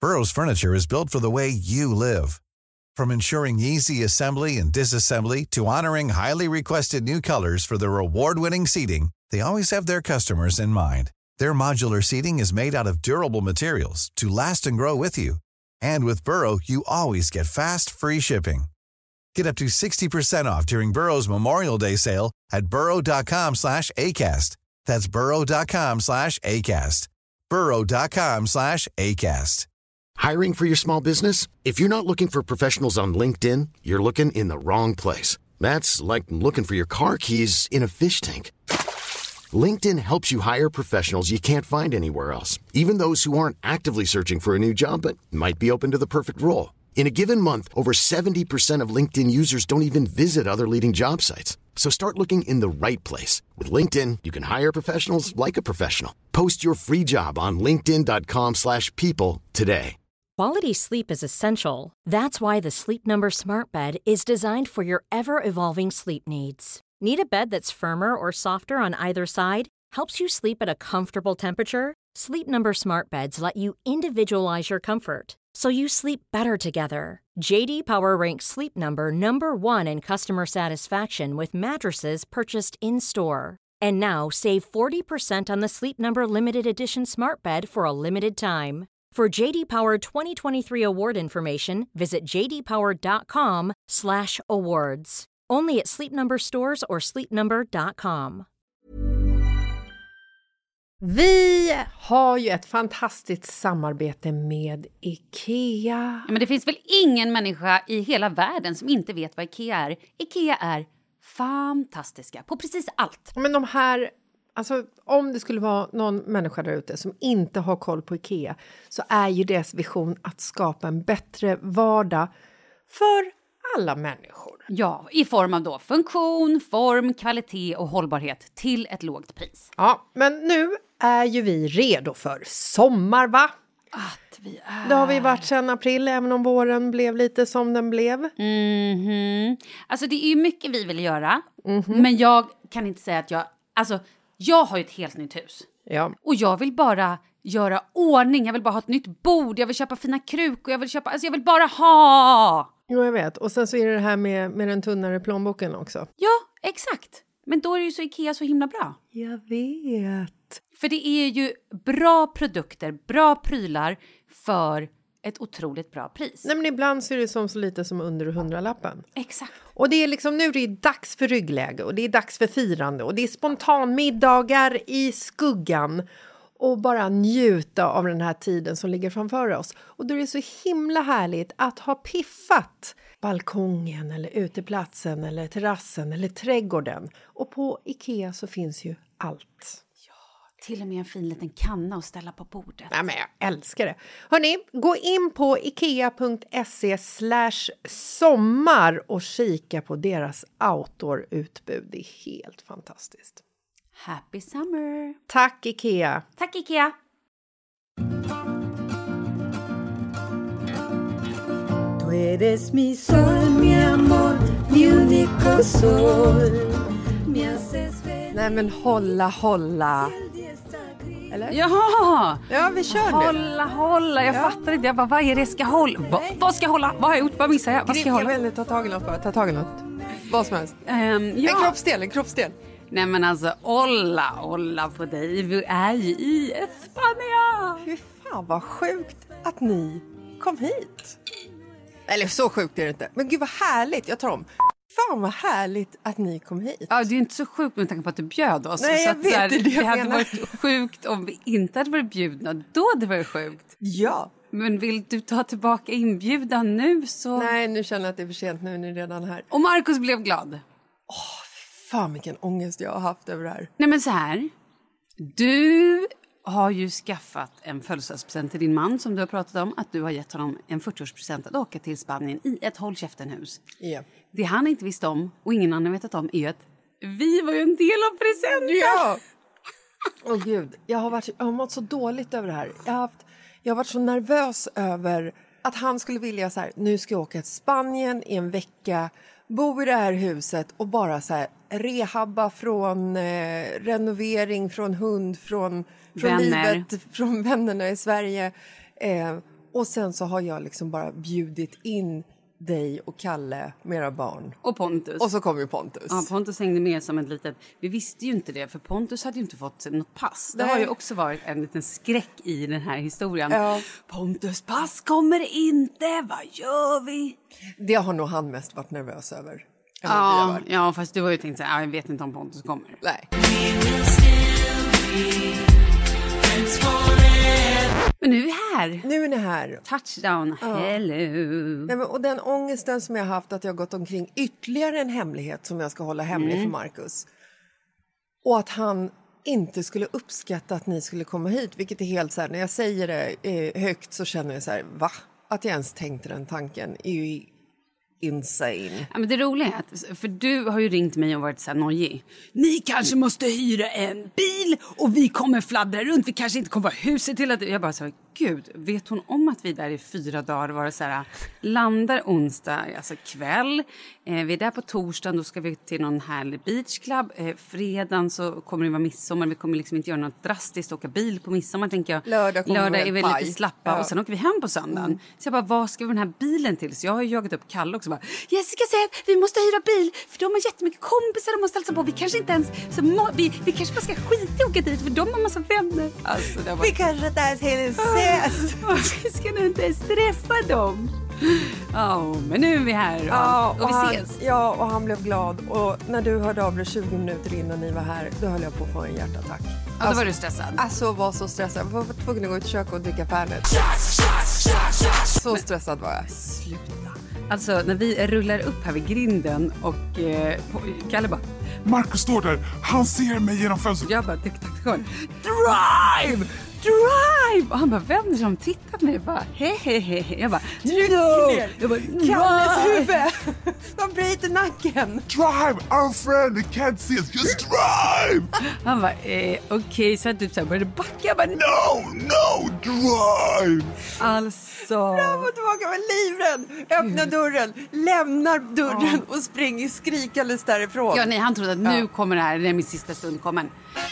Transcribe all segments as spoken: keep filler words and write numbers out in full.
Burrow's furniture is built for the way you live. From ensuring easy assembly and disassembly to honoring highly requested new colors for their award-winning seating, they always have their customers in mind. Their modular seating is made out of durable materials to last and grow with you. And with Burrow, you always get fast, free shipping. Get up to sixty percent off during Burrow's Memorial Day sale at burrow.com slash ACAST. That's burrow.com slash ACAST. burrow.com slash ACAST. Hiring for your small business? If you're not looking for professionals on LinkedIn, you're looking in the wrong place. That's like looking for your car keys in a fish tank. LinkedIn helps you hire professionals you can't find anywhere else, even those who aren't actively searching for a new job but might be open to the perfect role. In a given month, over seventy percent of LinkedIn users don't even visit other leading job sites. So start looking in the right place. With LinkedIn, you can hire professionals like a professional. Post your free job on linkedin.com slash people today. Quality sleep is essential. That's why the Sleep Number Smart Bed is designed for your ever-evolving sleep needs. Need a bed that's firmer or softer on either side? Helps you sleep at a comfortable temperature? Sleep Number Smart Beds let you individualize your comfort, so you sleep better together. J D Power ranks Sleep Number number one in customer satisfaction with mattresses purchased in-store. And now, save forty percent on the Sleep Number Limited Edition Smart Bed for a limited time. For J D Power twenty twenty-three award information, visit jdpower.com slash awards. Only at Sleep Number stores or sleep number dot com. Vi har ju ett fantastiskt samarbete med IKEA. Ja, men det finns väl ingen människa i hela världen som inte vet vad IKEA är. IKEA är fantastiska på precis allt. Men de här, alltså om det skulle vara någon människa där ute som inte har koll på IKEA, så är ju deras vision att skapa en bättre vardag för alla människor. Ja, i form av då funktion, form, kvalitet och hållbarhet till ett lågt pris. Ja, men nu är ju vi redo för sommar, va? Att vi är... Det har vi varit sedan april, även om våren blev lite som den blev. Mhm. Alltså det är ju mycket vi vill göra. Mm-hmm. Men jag kan inte säga att jag... Alltså, jag har ju ett helt nytt hus. Ja. Och jag vill bara göra ordning. Jag vill bara ha ett nytt bord. Jag vill köpa fina krukor. Jag vill köpa... Alltså jag vill bara ha... Jo, jag vet. Och sen så är det det här med, med den tunnare plånboken också. Ja, exakt. Men då är det ju så IKEA så himla bra. Jag vet. För det är ju bra produkter, bra prylar för ett otroligt bra pris. Nej, men ibland så är det som så lite som under hundralappen. Exakt. Och det är liksom, nu är det dags för ryggläge och det är dags för firande och det är spontanmiddagar i skuggan. Och bara njuta av den här tiden som ligger framför oss. Och då är det så himla härligt att ha piffat balkongen eller uteplatsen eller terrassen eller trädgården. Och på IKEA så finns ju allt. Ja, till och med en fin liten kanna att ställa på bordet. Nej, men jag älskar det. Hörrni, gå in på ikea.se slash sommar och kika på deras outdoor-utbud. Det är helt fantastiskt. Happy summer! Tack IKEA! Tack IKEA! Tú eres mi sol, mi amor, mi único sol. Me haces feliz. Nej, men hålla, hålla. Eller? Jaha! Ja, vi kör nu. Hålla, hålla. Jag ja. fattar inte. Jag bara, vad är det jag ska hålla? Va, vad ska jag hålla? Vad har jag gjort? Vad missar jag? Vad ska jag hålla? Jag vill ta tag i något bara. Ta tag i något. Vad som helst. Um, ja. En kroppsdel, en kroppsdel. Nej, men alltså, hålla, hålla på dig. Vi är ju i Espanja. Fy fan, vad sjukt att ni kom hit. Eller så sjukt är det inte. Men gud vad härligt, jag tar om. Fan vad härligt att ni kom hit. Ja, det är inte så sjukt med tanke på att du bjöd oss. Nej, så jag att, vet så här, det, det, det jag hade menar. varit sjukt om vi inte hade varit bjudna. Då hade det varit sjukt. Ja. Men vill du ta tillbaka inbjudan nu så... Nej, nu känner jag att det är för sent. Nu är ni redan här. Och Markus blev glad. Åh, fan vilken ångest jag har haft över det här. Nej, men så här. Du har ju skaffat en födelsedagspresent till din man som du har pratat om. Att du har gett honom en fyrtioårspresent att åka till Spanien i ett håll käften-hus. Yeah. Det han inte visste om och ingen annan vetat om är ju att vi var ju en del av presenten. Ja! Åh oh, gud, jag har, varit, jag har mått så dåligt över det här. Jag har, haft, jag har varit så nervös över att han skulle vilja så här, nu ska jag åka till Spanien i en vecka, bo i det här huset och bara så här rehabba från eh, renovering, från hund, från, från livet, från vännerna i Sverige. Eh, Och sen så har jag liksom bara bjudit in dig och Kalle med era barn. Och Pontus. Och så kom ju Pontus. Ja, Pontus hängde med som ett litet... Vi visste ju inte det, för Pontus hade ju inte fått något pass. Det Nej. har ju också varit en liten skräck i den här historien. Ja. Pontus pass kommer inte, vad gör vi? Det har nog han mest varit nervös över. än vad vi har Ja, varit. ja, fast du har ju tänkt så här, jag vet inte om Pontus kommer. Nej. Men nu är vi här. Nu är ni här. Touchdown, hello. Nej, men, och den ångesten som jag har haft att jag har gått omkring ytterligare en hemlighet som jag ska hålla hemlig Mm. för Marcus. Och att han inte skulle uppskatta att ni skulle komma hit, vilket är helt så här, när jag säger det eh, högt så känner jag så här, va? Att jag ens tänkte den tanken är ju insane. Ja, men det roliga är att, för du har ju ringt mig och varit så här nojig. Ni kanske måste hyra en bil och vi kommer fladdra runt. Vi kanske inte kommer vara huset till att... Jag bara så här, gud, vet hon om att vi är där i fyra dagar och var så här, landar onsdag, alltså kväll. Eh, vi är där på torsdagen, då ska vi till någon härlig beachclub. Eh, fredagen så kommer det vara midsommar. Vi kommer liksom inte göra något drastiskt, åka bil på midsommar tänker jag. Lördag kommer Lördag vi är väl paj. lite slappa Ja. och sen åker vi hem på söndagen. Mm. Så jag bara, vad ska vi med den här bilen till? Så jag har ju jagat upp Kalle också. Bara, Jessica säger att vi måste hyra bil för de har jättemycket kompisar de måste hälsa på. Vi kanske inte ens, så må, vi, vi kanske bara ska skita i att åka dit för de har massa vänner. Alltså, det var... Vi kanske inte ens hinner ses. Vi ska nog inte ens träffa dem. Ja, oh, men nu är vi här Ja, och, och vi han, ses. ja, och han blev glad. Och när du hörde av dig tjugo minuter innan ni var här, då höll jag på att få en hjärtattack. Ja, då var du stressad. Alltså, jag var så stressad. Jag var tvungen att gå ut i köket och dricka Fernet. Så stressad var jag. Sluta. Alltså, när vi rullar upp här vid grinden och eh, på, Kalle bara, Marcus står där, han ser mig genom fönstret. jag bara, tick, tack, tack, drive! Drive! Och han bara vänder sig om, tittar på mig och bara, hehehe. Jag bara, Tryck no! ner. Jag bara, Kalles drive! huvud! De bryter nacken! Drive, our friend, they can't see us, just drive! Han bara, eh, okej, okay. Så jag typ så här började backa. Jag bara, No, no, drive! alltså. Fram och tillbaka, var livrädd. Öppnar dörren, lämnar dörren och springer skrikandes därifrån. Ja, nej, han trodde att nu kommer det här, det är min sista stund kommen.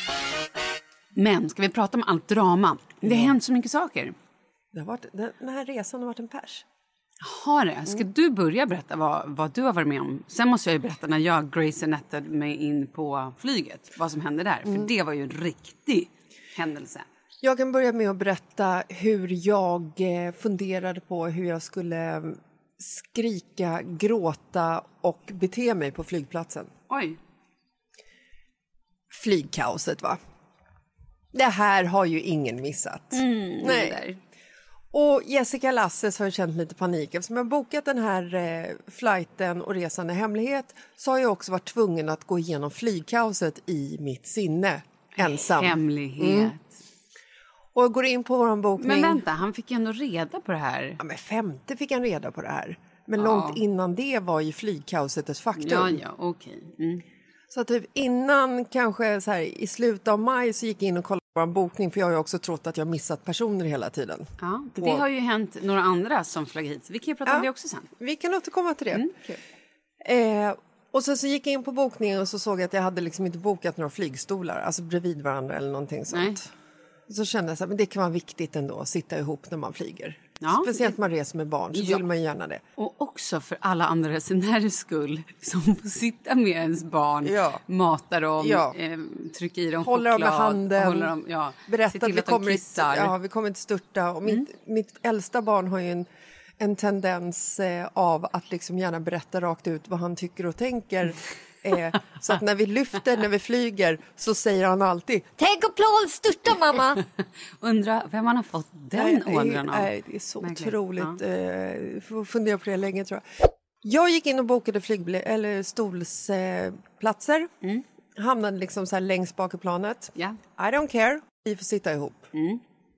Men ska vi prata om allt drama? Det har hänt så mycket saker. Det har varit, den här resan har varit en pers. Har det? Ska du börja berätta vad, vad du har varit med om? Sen måste jag ju berätta när jag Grace Anatomy mig in på flyget. Vad som hände där. För det var ju en riktig händelse. Jag kan börja med att berätta hur jag eh, funderade på hur jag skulle eh, skrika, gråta och bete mig på flygplatsen. Oj. Flygkaoset, va? Det här har ju ingen missat. Mm, Nej. Där. Och Jessica Lasses har ju känt lite panik. Eftersom jag har bokat den här eh, flighten och resan i hemlighet så har jag också varit tvungen att gå igenom flygkaoset i mitt sinne. Ensam. Hemlighet. Mm. Och jag går in på vår bokning. Men vänta, han fick ju ändå reda på det här. Ja, men femte fick han reda på det här. Men Ja. långt innan det var ju flygkaoset ett faktum. Ja, ja, okej. Mm. Så typ innan kanske så här, i slutet av maj så gick jag in och kollade på en bokning. För jag har ju också trott att jag missat personer hela tiden. Ja, det På- har ju hänt några andra som flög hit. Vi kan ju prata om Ja. det också sen. Vi kan återkomma till det. Mm. Eh, och sen så gick jag in på bokningen och så såg jag att jag hade liksom inte bokat några flygstolar. Alltså bredvid varandra eller någonting sånt. Nej. Så kände jag så här, men det kan vara viktigt ändå att sitta ihop när man flyger. Ja, Speciellt det- man reser med barn så Ja. vill man ju gärna det. Och också för alla andra resenärers skull som får sitta med ens barn, Ja. mata dem, Ja. eh, trycka i dem Hålla dem med choklad, handen, hålla dem, ja, se berätta till att vi att de kommer, inte, kissar. ja, vi kommer inte störta. Och mitt, mitt äldsta barn har ju en, en tendens eh, av att liksom gärna berätta rakt ut vad han tycker och tänker. Eh, så att när vi lyfter, när vi flyger så säger han alltid Tänk och plan störta mamma. Undra vem man har fått den Nej, ådran av. nej, det är så Märkligt. otroligt. Ja. Eh, får fundera på det länge tror jag. Jag gick in och bokade flygbile- eller stolsplatser. Mm. Hamnade liksom så här längst bak i planet. Ja. I don't care. Vi får sitta ihop. Mm.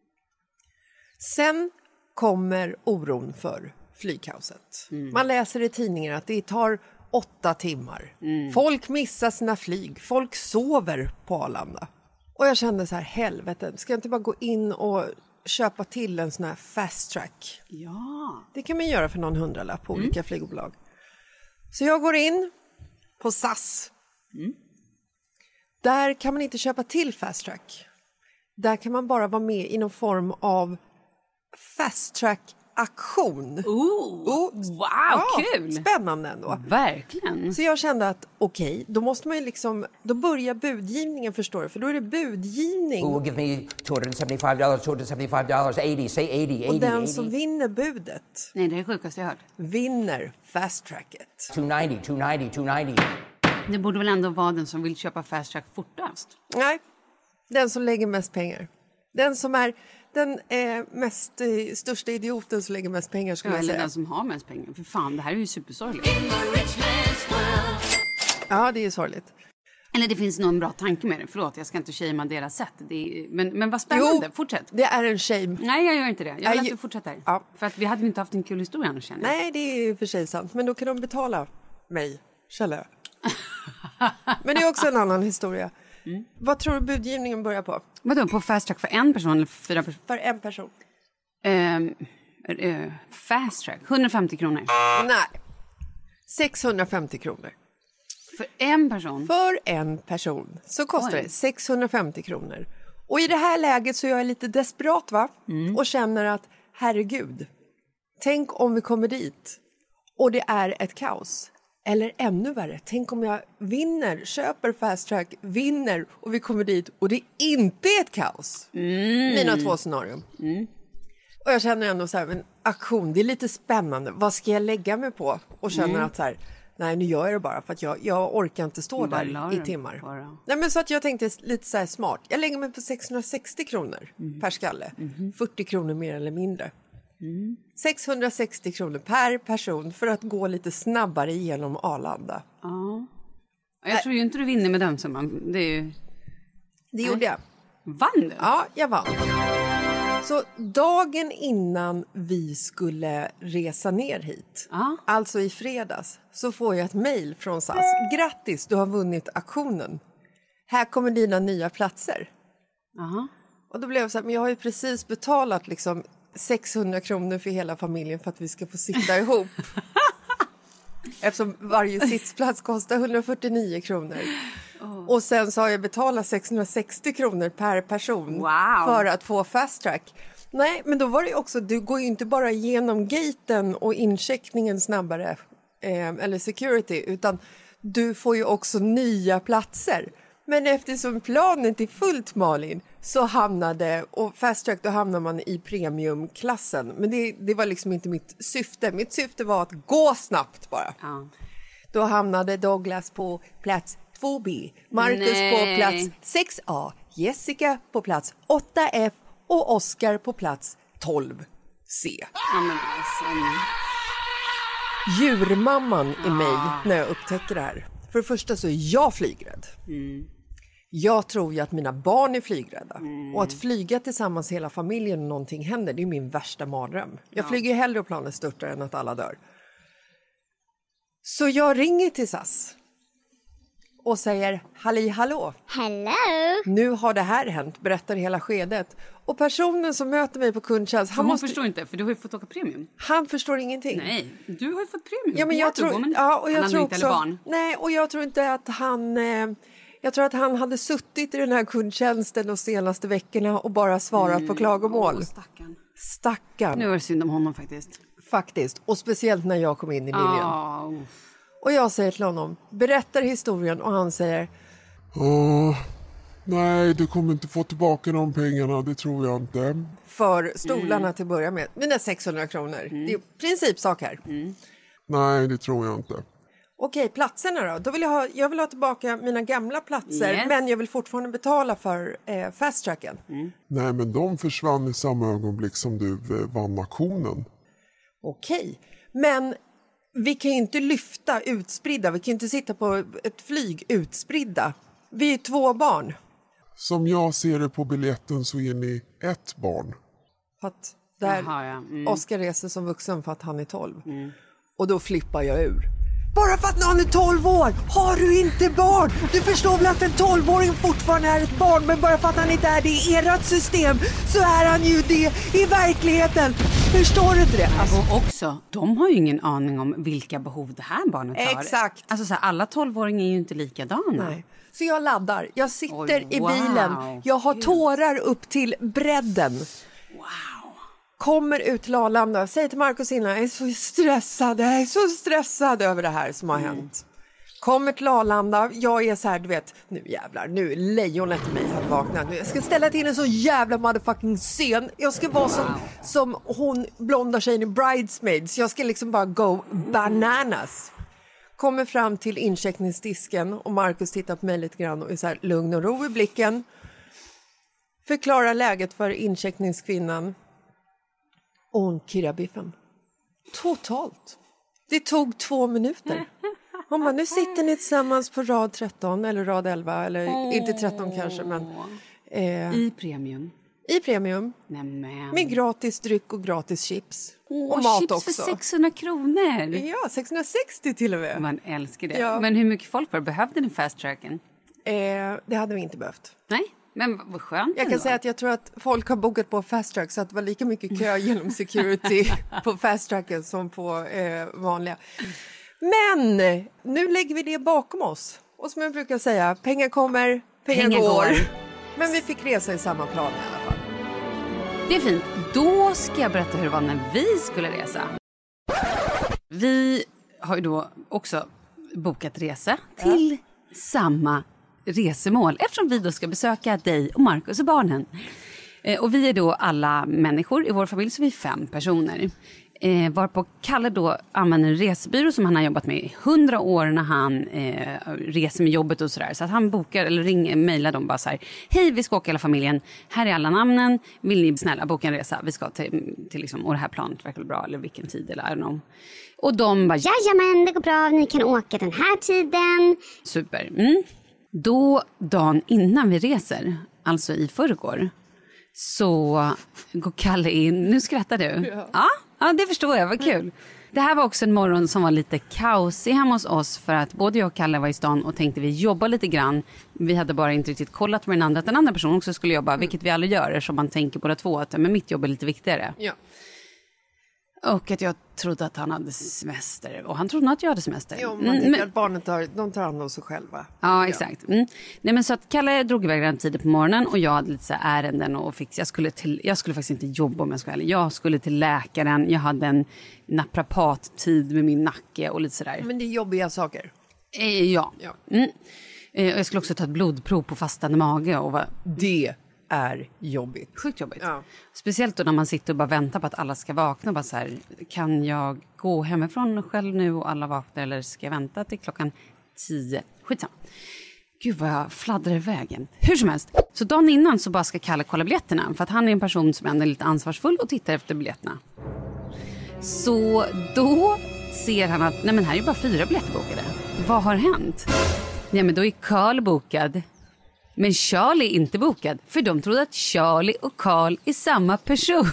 Sen kommer oron för flygkaoset. Mm. Man läser i tidningen att det tar åtta timmar. Mm. Folk missar sina flyg. Folk sover på Arlanda. Och jag kände så här, helvete, ska jag inte bara gå in och köpa till en sån här fast track? Ja. Det kan man göra för någon hundralapp på olika flygbolag. Så jag går in på S A S. Där kan man inte köpa till fast track. Där kan man bara vara med i någon form av fast track aktion. Ooh. Oh, Wow, ja, kul! Spännande ändå. Verkligen. Så jag kände att okej, okay, då måste man ju liksom, då börjar budgivningen, förstår du, för då är det budgivning. Who will give me two hundred seventy-five dollars, two hundred seventy-five dollars, eighty, say eighty, eighty, Och den eighty. som vinner budet Nej, det är det sjukaste jag hört. vinner fast tracket. two ninety, two ninety, two ninety. Det borde väl ändå vara den som vill köpa fast track fortast. Nej, den som lägger mest pengar. Den som är den eh, mest, eh, största idioten som lägger mest pengar, skulle Ja, jag eller säga. den som har mest pengar. För fan, det här är ju supersorgligt. Ja, det är sorgligt. Eller det finns nog en bra tanke med det. Förlåt, jag ska inte shamea deras sätt. Det är, men, men vad spännande. Jo, fortsätt. Det är en shame. Nej, jag gör inte det. Jag vill Nej, att ju- du fortsätter. Ja. För att vi hade ju inte haft en kul historia annars, känner jag. Nej, det är ju för sig sant. Men då kan de betala mig, känner jag. Men det är också en annan historia. Mm. Vad tror du budgivningen börjar på? Vadå, på fast track för en person eller för fyra personer? För en person. Um, uh, fast track, hundrafemtio kronor. Nej. sexhundrafemtio kronor. För en person? För en person så kostar Oj. det sexhundrafemtio kronor. Och i det här läget så är jag lite desperat, va? Mm. Och känner att, herregud, tänk om vi kommer dit och det är ett kaos. Eller ännu värre, tänk om jag vinner, köper fast track, vinner och vi kommer dit och det inte är ett kaos. Mm. Mina två scenarion. Mm. Och jag känner ändå så här, men aktion, det är lite spännande. Vad ska jag lägga mig på? Och känner mm. att så här, nej, nu gör jag det bara för att jag, jag orkar inte stå där i timmar. Nej, men så att jag tänkte lite så här smart. Jag lägger mig på sexhundrasextio kronor mm. per skalle. Mm. fyrtio kronor mer eller mindre. Mm. sexhundrasextio kronor per person för att gå lite snabbare genom Arlanda. Ja. Jag tror ju inte du vinner med den summan. Det är ju... Det gjorde jag. Vann du? Ja, jag vann. Så dagen innan vi skulle resa ner hit, ah. alltså i fredags, så får jag ett mejl från S A S. Grattis, du har vunnit auktionen. Här kommer dina nya platser. Aha. Och då blev jag så här, men jag har ju precis betalat liksom sexhundra kronor för hela familjen för att vi ska få sitta ihop. Eftersom varje sittplats kostar hundrafyrtionio kronor. Oh. Och sen så har jag betalat sexhundrasextio kronor per person wow. för att få fast track. Nej, men då var det ju också, du går ju inte bara igenom gaten och incheckningen snabbare, eh, eller security, utan du får ju också nya platser. Men eftersom planet är fullt, Malin, så hamnade, och fast track, då hamnar man i premiumklassen. Men det, det var liksom inte mitt syfte. Mitt syfte var att gå snabbt bara. Ja. Då hamnade Douglas på plats två B, Marcus Nej. på plats sex A, Jessica på plats åtta F och Oscar på plats tolv C. Ja, men alltså. Djurmamman i mig när jag upptäcker det här. För det första så är jag flygrädd. Mm. Jag tror ju att mina barn är flygrädda. Mm. Och att flyga tillsammans hela familjen och någonting händer, det är min värsta mardröm. Jag ja. flyger ju hellre och planet störtar än att alla dör. Så jag ringer till S A S och säger halli hallå. Hello. Nu har det här hänt, berättar hela skedet. Och personen som möter mig på kundtjänst, han måste... förstår inte, för du har ju fått åka premium. Han förstår ingenting. Nej, du har ju fått premium. Ja, men jag tror, men... ja, och jag han tror inte också, barn. Nej, och jag tror inte att han... Eh, jag tror att han hade suttit i den här kundtjänsten de senaste veckorna och bara svarat mm. på klagomål. Åh, stackarn. Stackarn. Nu är det synd om honom faktiskt. Faktiskt, och speciellt när jag kom in i linjen. Oh. Och jag säger till honom, berättar historien, och han säger... Åh, nej, du kommer inte få tillbaka de pengarna, det tror jag inte. För stolarna mm. till att börja med, mina sexhundra kronor. Mm. Det är principsak här. Mm. Nej, det tror jag inte. Okej, platserna då? Då vill jag, ha, jag vill ha tillbaka mina gamla platser, yes. men jag vill fortfarande betala för eh, fast tracken. Mm. Nej, men de försvann i samma ögonblick som du eh, vann auktionen. Okej, men vi kan ju inte lyfta utspridda, vi kan ju inte sitta på ett flyg utspridda. Vi är två barn. Som jag ser det på biljetten så är ni ett barn. För att där Jaha, ja. mm. Oscar reser som vuxen för att han är tolv. Mm. Och då flippar jag ur. Bara för att någon är tolv år har du inte barn. Du förstår väl att en tolvåring fortfarande är ett barn, men bara för att han inte är det i ert system så är han ju det i verkligheten. Förstår du inte det? Alltså... Och också, de har ju ingen aning om vilka behov det här barnet har. Exakt. Alltså så här, alla tolvåringar är ju inte likadana. Nej. Så jag laddar, jag sitter Oj, i wow. bilen, jag har tårar upp till bredden. Wow. Kommer ut till Arlanda. Säger till Marcus innan, jag är så stressad. Jag är så stressad över det här som har mm. hänt. Kommer till Arlanda. Jag är så här, du vet, nu jävlar. Nu är lejonet i mig har vaknat. Nu, jag ska ställa till en så jävla motherfucking scen. Jag ska vara som, som hon blonda tjejen i Bridesmaids. Jag ska liksom bara go bananas. Kommer fram till incheckningsdisken och Marcus tittar på mig lite grann och är så här lugn och ro i blicken. Förklarar läget för incheckningskvinnan. Och hon kirrar biffen. Totalt. Det tog två minuter. Hon bara, nu sitter ni tillsammans på rad tretton eller rad elva. Eller oh. inte tretton kanske, men... Eh, I premium. I premium. Nämen. Med gratis dryck och gratis chips. Oh, och mat chips också. för sexhundra kronor. Ja, sexhundrasextio till och med. Man älskar det. Ja. Men hur mycket folk var det? Behövde ni fast tracken? Eh, det hade vi inte behövt. Nej. Men vad skönt. Jag kan ändå. säga att jag tror att folk har bokat på fast track så att det var lika mycket kö genom security på fast tracken som på eh, vanliga. Men nu lägger vi det bakom oss. Och som jag brukar säga, pengar kommer, pengar, pengar går. går. Men vi fick resa i samma plan i alla fall. Det är fint. Då ska jag berätta hur det var när vi skulle resa. Vi har ju då också bokat resa till ja. samma resemål eftersom vi då ska besöka dig och Marcus och barnen. Eh, och vi är då alla människor i vår familj, så vi är fem personer. Eh, varpå Kalle då använder en resebyrå som han har jobbat med i hundra år när han eh, reser med jobbet och sådär. Så att han bokar eller ringer, mejlar dem bara så här: hej, vi ska åka hela familjen, här är alla namnen, vill ni snälla boka en resa, vi ska till, till liksom, och det här planet verkar bra, eller vilken tid eller I don't know. Och de bara, jajamän, det går bra, ni kan åka den här tiden. Super. Mm. Då dagen innan vi reser, alltså i förrgår, så går Kalle in. Nu skrattar du. Ja, ja, ja det förstår jag, vad kul. Det här var också en morgon som var lite kaosig hemma hos oss för att både jag och Kalle var i stan och tänkte vi jobba lite grann. Vi hade bara inte riktigt kollat med den andra att den andra personen också skulle jobba, vilket vi aldrig gör som man tänker båda två att men mitt jobb är lite viktigare. Ja. Och att jag trodde att han hade semester. Och han trodde att jag hade semester. Jo, man tänker mm, att barnet tar, de tar hand om sig själva. Ja, exakt. Mm. Nej, men så att Kalle drog iväg den tiden på morgonen. Och jag hade lite så här ärenden och fixa. Jag skulle, till, jag skulle faktiskt inte jobba om jag skulle. Jag skulle till läkaren. Jag hade en naprapattid med min nacke och lite sådär. Men det är jobbiga saker. Eh, ja. ja. Mm. Eh, och jag skulle också ta ett blodprov på fastande mage. Och va... Det är jobbigt. Sjukt jobbigt. Ja. Speciellt då när man sitter och bara väntar på att alla ska vakna. Och bara så här, kan jag gå hemifrån själv nu och alla vaknar? Eller ska jag vänta till klockan tio? Skitsamma. Gud vad jag fladdrar iväg. Hur som helst. Så dagen innan så bara ska Kalle kolla biljetterna. För att han är en person som ändå är lite ansvarsfull och tittar efter biljetterna. Så då ser han att nej men här är bara fyra biljetter bokade. Vad har hänt? Nej men då är Carl bokad. Men Charlie är inte bokad. För de trodde att Charlie och Carl är samma person.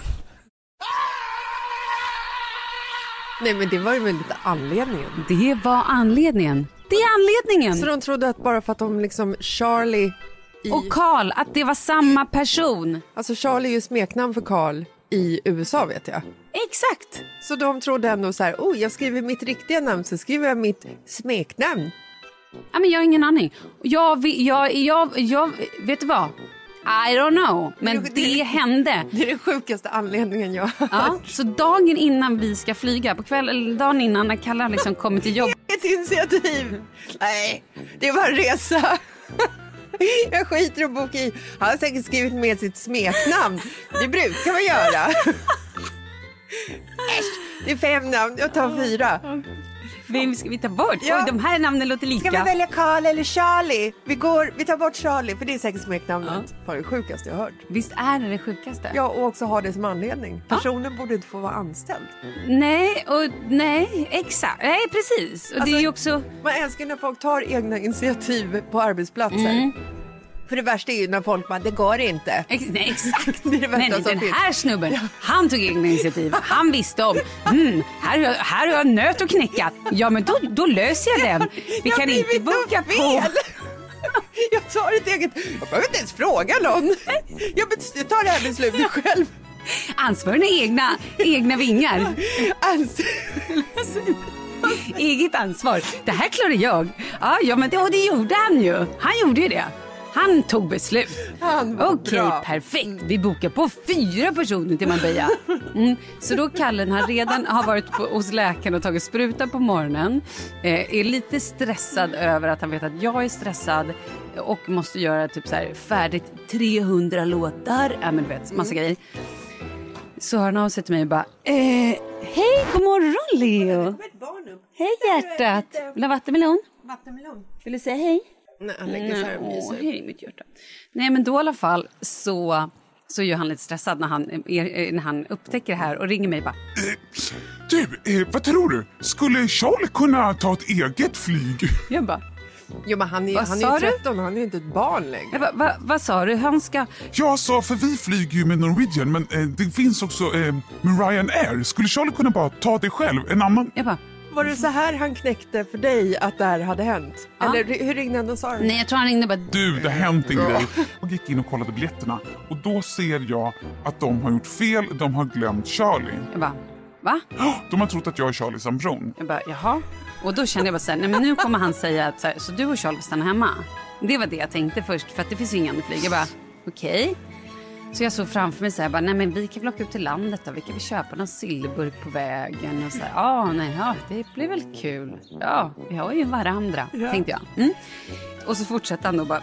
Nej men det var ju väl lite anledningen. Det var anledningen. Det är anledningen. Så de trodde att bara för att de liksom Charlie i... och Carl, att det var samma person. Alltså Charlie är ju smeknamn för Carl i U S A vet jag. Exakt. Så de trodde ändå så här, oh jag skriver mitt riktiga namn så skriver jag mitt smeknamn. Ja, men jag har ingen aning. Jag, jag, jag, jag vet du vad? I don't know. Men det, det, det hände. Det är den sjukaste anledningen jag har. Ja, så dagen innan vi ska flyga, på kväll, eller dagen innan när Kalle liksom kommer till jobb. Ett initiativ. Nej, det var en resa. Jag skiter och boka i. Han har säkert skrivit med sitt smeknamn. Det brukar man göra. Äsch, det är fem namn, jag tar fyra. Vem ska vi ta bort? Ja. Oj, de här namnen låter lika. Ska vi välja Carl eller Charlie? Vi, går, vi tar bort Charlie, för det är säkert smeknamnet. Ja. För det sjukaste jag har hört. Visst är det det sjukaste? Ja, och också ha det som anledning. Personen ja. borde inte få vara anställd. Nej, och nej, exakt. Nej, precis. Och alltså, det är ju också... Man älskar när folk tar egna initiativ på arbetsplatser. Mm. För det värsta är ju när folk bara, det går inte. Ex- nej, exakt. Det är det värsta nej, nej, som den finns. här snubben, han tog egna initiativ. Han visste om, mm, här, har jag, här har jag nöt och knäckat. Ja, men då, då löser jag den. Vi kan inte boka på. Jag tar ett eget, jag behöver inte ens fråga någon. Jag tar det här beslutet själv. Ansvaret är egna, egna vingar. Ans- Eget ansvar. Det här klarar jag. Ja, ja men det, och det gjorde han ju. Han gjorde ju det. Han tog beslut. Han Okej, okay, perfekt. Vi bokar på fyra personer till Marbella. Mm. Så då Kallen har redan har varit på, hos läkaren och tagit spruta på morgonen. Eh, är lite stressad över att han vet att jag är stressad och måste göra typ så här färdigt trehundra låtar. Ja, men du vet, massa grejer. Så har han av sig till mig och bara, eh, hej, god morgon Leo. Hej hjärtat. Vill du ha vattenmelon? Vattenmelon. Vill du säga hej? Nej, han lägger så här och myser. Åh, hej mitt hjärta. Nej, men då i alla fall så, så gör han lite stressad när han, när han upptäcker det här och ringer mig bara. Eh, du, eh, vad tror du? Skulle Charlie kunna ta ett eget flyg? Jag bara. Jo, men han är, han är ju tretton och han är ju inte ett barn längre. Jag bara, va, vad sa du? Han ska... Jag sa, för vi flyger ju med Norwegian, men eh, det finns också eh, med Ryanair. Skulle Charlie kunna bara ta det själv? En annan... Jag bara. Var det så här han knäckte för dig att det här hade hänt? Ja. Eller hur ringde han och sa det? Nej, jag tror han ringde bara... Du, det har hänt en grej. Jag gick in och kollade biljetterna. Och då ser jag att de har gjort fel. De har glömt Charlie. Jag bara, va? De har trott att jag är Charlie Sambron. Jag bara, jaha. Och då kände jag bara så här, nej men nu kommer han säga att så, här, så du och Charlie stannar hemma. Det var det jag tänkte först, för att det finns ingen annan flyg. Jag bara, okej. Okay. Så jag såg framför mig så här, bara, nej men vi kan väl åka ut till landet då. Vi kan väl köpa någon sillburk på vägen. Och så här, ah, nej, ja, det blir väl kul. Ja, vi har ju varandra, ja. Tänkte jag. Mm. Och så fortsatte han då bara...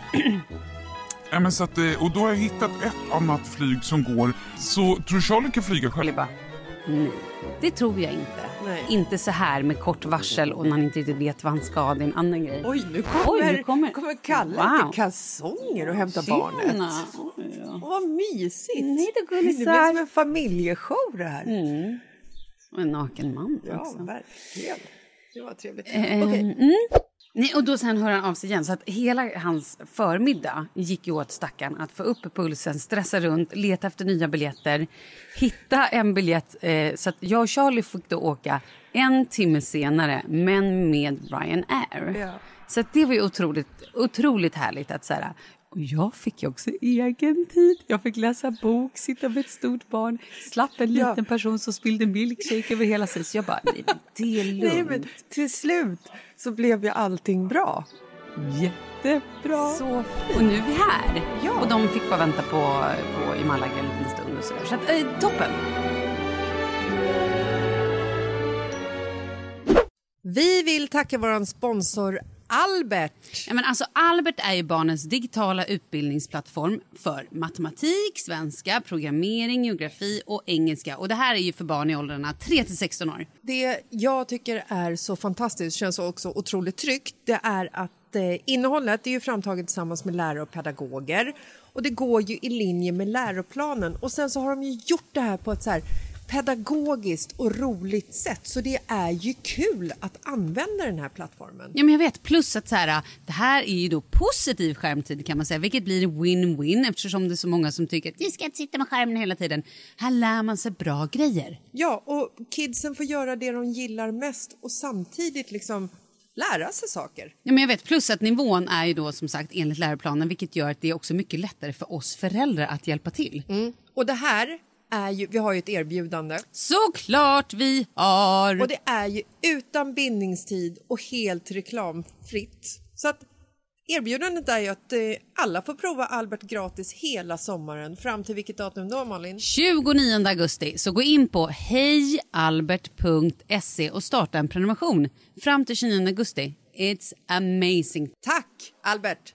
Ja, men så att, och då har jag hittat ett annat flyg som går. Så tror Charlie kan flyga själv? Jag bara, nej, det tror jag inte. Nej. Inte så här med kort varsel och man inte riktigt vet vad han ska. Det är en annan grej. Oj, nu kommer, Oj, nu kommer... kommer Kalle wow. till kalsonger och hämta Tjena. barnet. Ja. Åh, vad mysigt. Nej, det, det blir som en familjeshow det här. Mm. Och en naken man ja, också. Ja, verkligen. Det var trevligt. Eh, Okej. Okay. Mm. Nej, och då sen hör han av sig igen. Så att hela hans förmiddag gick ju åt stackaren att få upp pulsen, stressa runt, leta efter nya biljetter. Hitta en biljett eh, så att jag och Charlie fick då åka en timme senare, men med Ryanair. Ja. Så att det var ju otroligt, otroligt härligt att så här. Och jag fick ju också egen tid. Jag fick läsa bok, sitta med ett stort barn, slapp en liten ja. person som spillde milkshake över hela sig. Så jag bara, nej, det är lugnt. Nej, men till slut så blev ju allting bra. Jättebra. Så fint. Och nu är vi här. Ja. Och de fick bara vänta på, på i Malaga en liten stund och sådär. Så att, eh, toppen. Vi vill tacka våran sponsor Albert. Ja, men alltså Albert är ju barnens digitala utbildningsplattform för matematik, svenska, programmering, geografi och engelska. Och det här är ju för barn i åldrarna tre till sexton år. Det jag tycker är så fantastiskt, känns också otroligt tryggt, det är att eh, innehållet är ju framtaget tillsammans med lärare och pedagoger. Och det går ju i linje med läroplanen. Och sen så har de ju gjort det här på ett så här pedagogiskt och roligt sätt. Så det är ju kul att använda den här plattformen. Ja, men jag vet. Plus att så här, det här är ju då positiv skärmtid kan man säga. Vilket blir win-win eftersom det är så många som tycker att du ska inte sitta med skärmen hela tiden. Här lär man sig bra grejer. Ja, och kidsen får göra det de gillar mest och samtidigt liksom lära sig saker. Ja, men jag vet. Plus att nivån är ju då som sagt enligt läroplanen, vilket gör att det är också mycket lättare för oss föräldrar att hjälpa till. Mm. Och det här är ju, vi har ju ett erbjudande. Såklart vi har! Och det är ju utan bindningstid och helt reklamfritt. Så att erbjudandet är ju att eh, alla får prova Albert gratis hela sommaren. Fram till vilket datum då, Malin? tjugonionde augusti. Så gå in på hejalbert punkt se och starta en prenumeration. Fram till tjugonionde augusti. It's amazing. Tack, Albert!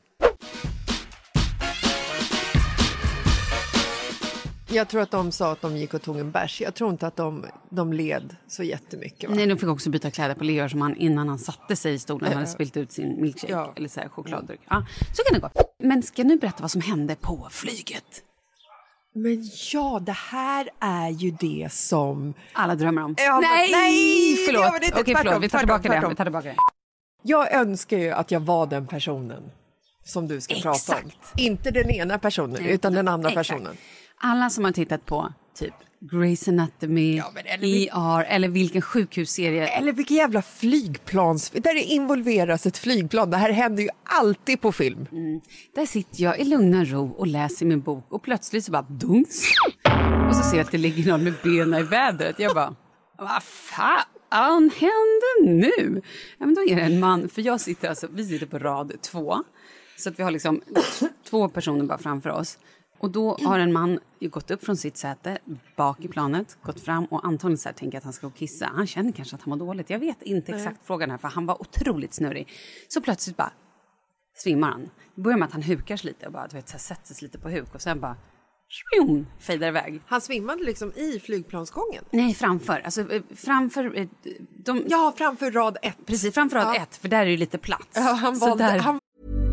Jag tror att de sa att de gick och tog en bärs. Jag tror inte att de, de led så jättemycket. Va? Nej, de fick också byta kläder på Leo som han innan han satte sig i stolen äh, hade spilt ut sin milkshake ja. eller så här chokladdryck. Ja, så kan det gå. Men ska nu berätta vad som hände på flyget? Men ja, det här är ju det som alla drömmer om. Ja, nej, nej, förlåt. Ja, det Okej, förlåt. Vi tar tillbaka det. Vi tar tillbaka det. Jag önskar ju att jag var den personen som du ska Exakt. prata om. Inte den ena personen, nej, utan den andra Exakt. personen. Alla som har tittat på typ Grey's Anatomy, ja, eller E R eller vilken sjukhusserie. Eller vilken jävla flygplans... Där det involveras ett flygplan. Det här händer ju alltid på film. Mm. Där sitter jag i lugna ro och läser min bok och plötsligt så bara dunks. Och så ser jag att det ligger någon med benen i vädret. Jag bara, vad fan händer nu? Ja, men då är det en man, för jag sitter alltså, vi sitter på rad två. Så att vi har liksom två personer bara framför oss. Och då har en man gått upp från sitt säte bak i planet, gått fram och antagligen så här tänker att han ska kissa. Han känner kanske att han mår dåligt. Jag vet inte exakt Nej. frågan här, för han var otroligt snurrig. Så plötsligt bara svimmar han. Det börjar med att han hukar sig lite och bara, du vet, så här, sätter sig lite på huk och sen bara shum, fejdar iväg. Han svimmade liksom i flygplansgången? Nej, framför. Alltså framför... De... Ja, framför rad ett. Precis, framför rad ja. ett, för där är ju lite plats. Ja, han valde... där... Han...